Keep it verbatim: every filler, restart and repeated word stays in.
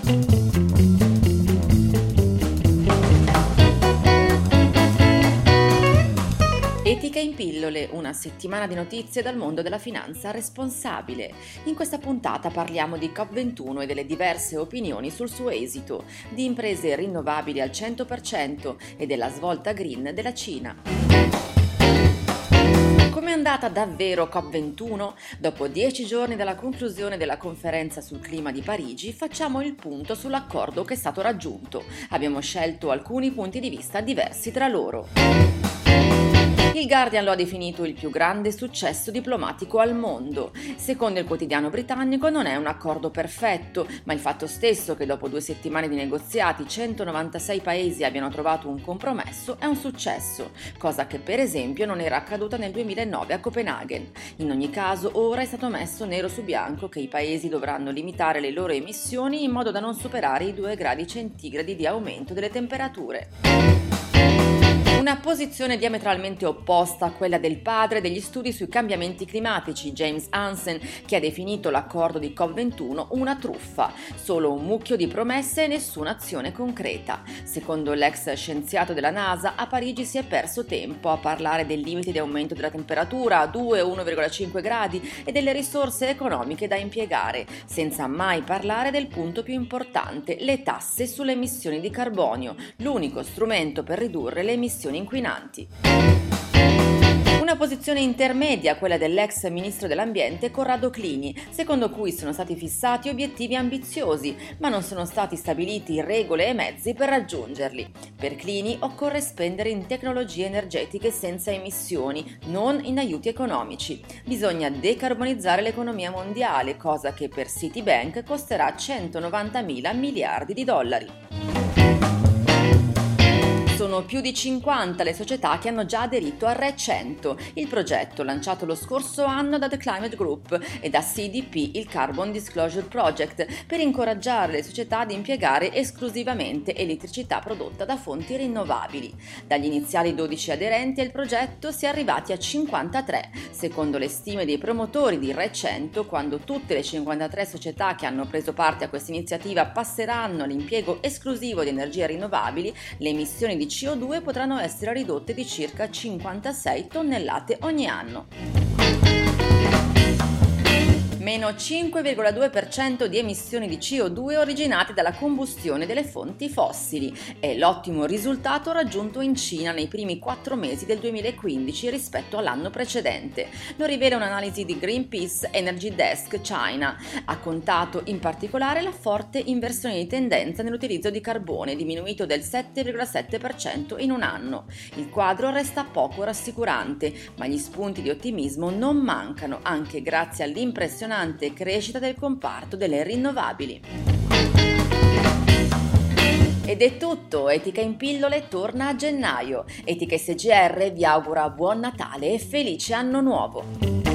Etica in pillole, una settimana di notizie dal mondo della finanza responsabile. In questa puntata parliamo di COP ventuno e delle diverse opinioni sul suo esito, di imprese rinnovabili al cento per cento e della svolta green della Cina. Come è andata davvero COP ventuno? Dopo dieci giorni dalla conclusione della conferenza sul clima di Parigi, facciamo il punto sull'accordo che è stato raggiunto. Abbiamo scelto alcuni punti di vista diversi tra loro. Il Guardian lo ha definito il più grande successo diplomatico al mondo. Secondo il quotidiano britannico non è un accordo perfetto, ma il fatto stesso che dopo due settimane di negoziati centonovantasei paesi abbiano trovato un compromesso è un successo, cosa che per esempio non era accaduta nel duemilanove a Copenaghen. In ogni caso, ora è stato messo nero su bianco che i paesi dovranno limitare le loro emissioni in modo da non superare i due gradi centigradi di aumento delle temperature. Una posizione diametralmente opposta a quella del padre degli studi sui cambiamenti climatici, James Hansen, che ha definito l'accordo di COP ventuno una truffa, solo un mucchio di promesse e nessuna azione concreta. Secondo l'ex scienziato della NASA, a Parigi si è perso tempo a parlare del limite di aumento della temperatura a due uno virgola cinque gradi e delle risorse economiche da impiegare, senza mai parlare del punto più importante, le tasse sulle emissioni di carbonio, l'unico strumento per ridurre le emissioni inquinanti. Una posizione intermedia, quella dell'ex ministro dell'ambiente Corrado Clini, secondo cui sono stati fissati obiettivi ambiziosi, ma non sono stati stabiliti regole e mezzi per raggiungerli. Per Clini occorre spendere in tecnologie energetiche senza emissioni, non in aiuti economici. Bisogna decarbonizzare l'economia mondiale, cosa che per Citibank costerà centonovantamila miliardi di dollari. Sono più di cinquanta le società che hanno già aderito a RE cento, il progetto lanciato lo scorso anno da The Climate Group e da C D P, il Carbon Disclosure Project, per incoraggiare le società ad impiegare esclusivamente elettricità prodotta da fonti rinnovabili. Dagli iniziali dodici aderenti al progetto si è arrivati a cinquantatré, secondo le stime dei promotori di RE cento, quando tutte le cinquantatré società che hanno preso parte a questa iniziativa passeranno all'impiego esclusivo di energie rinnovabili, le emissioni di C O due potranno essere ridotte di circa cinquantasei tonnellate ogni anno. Meno cinque virgola due per cento di emissioni di C O due originate dalla combustione delle fonti fossili. È l'ottimo risultato raggiunto in Cina nei primi quattro mesi del duemilaquindici rispetto all'anno precedente. Lo rivela un'analisi di Greenpeace Energy Desk China. Ha contato in particolare la forte inversione di tendenza nell'utilizzo di carbone, diminuito del sette virgola sette per cento in un anno. Il quadro resta poco rassicurante, ma gli spunti di ottimismo non mancano, anche grazie all'impressionante crescita del comparto delle rinnovabili. Ed è tutto, Etica in pillole torna a gennaio. Etica S G R vi augura buon Natale e felice anno nuovo!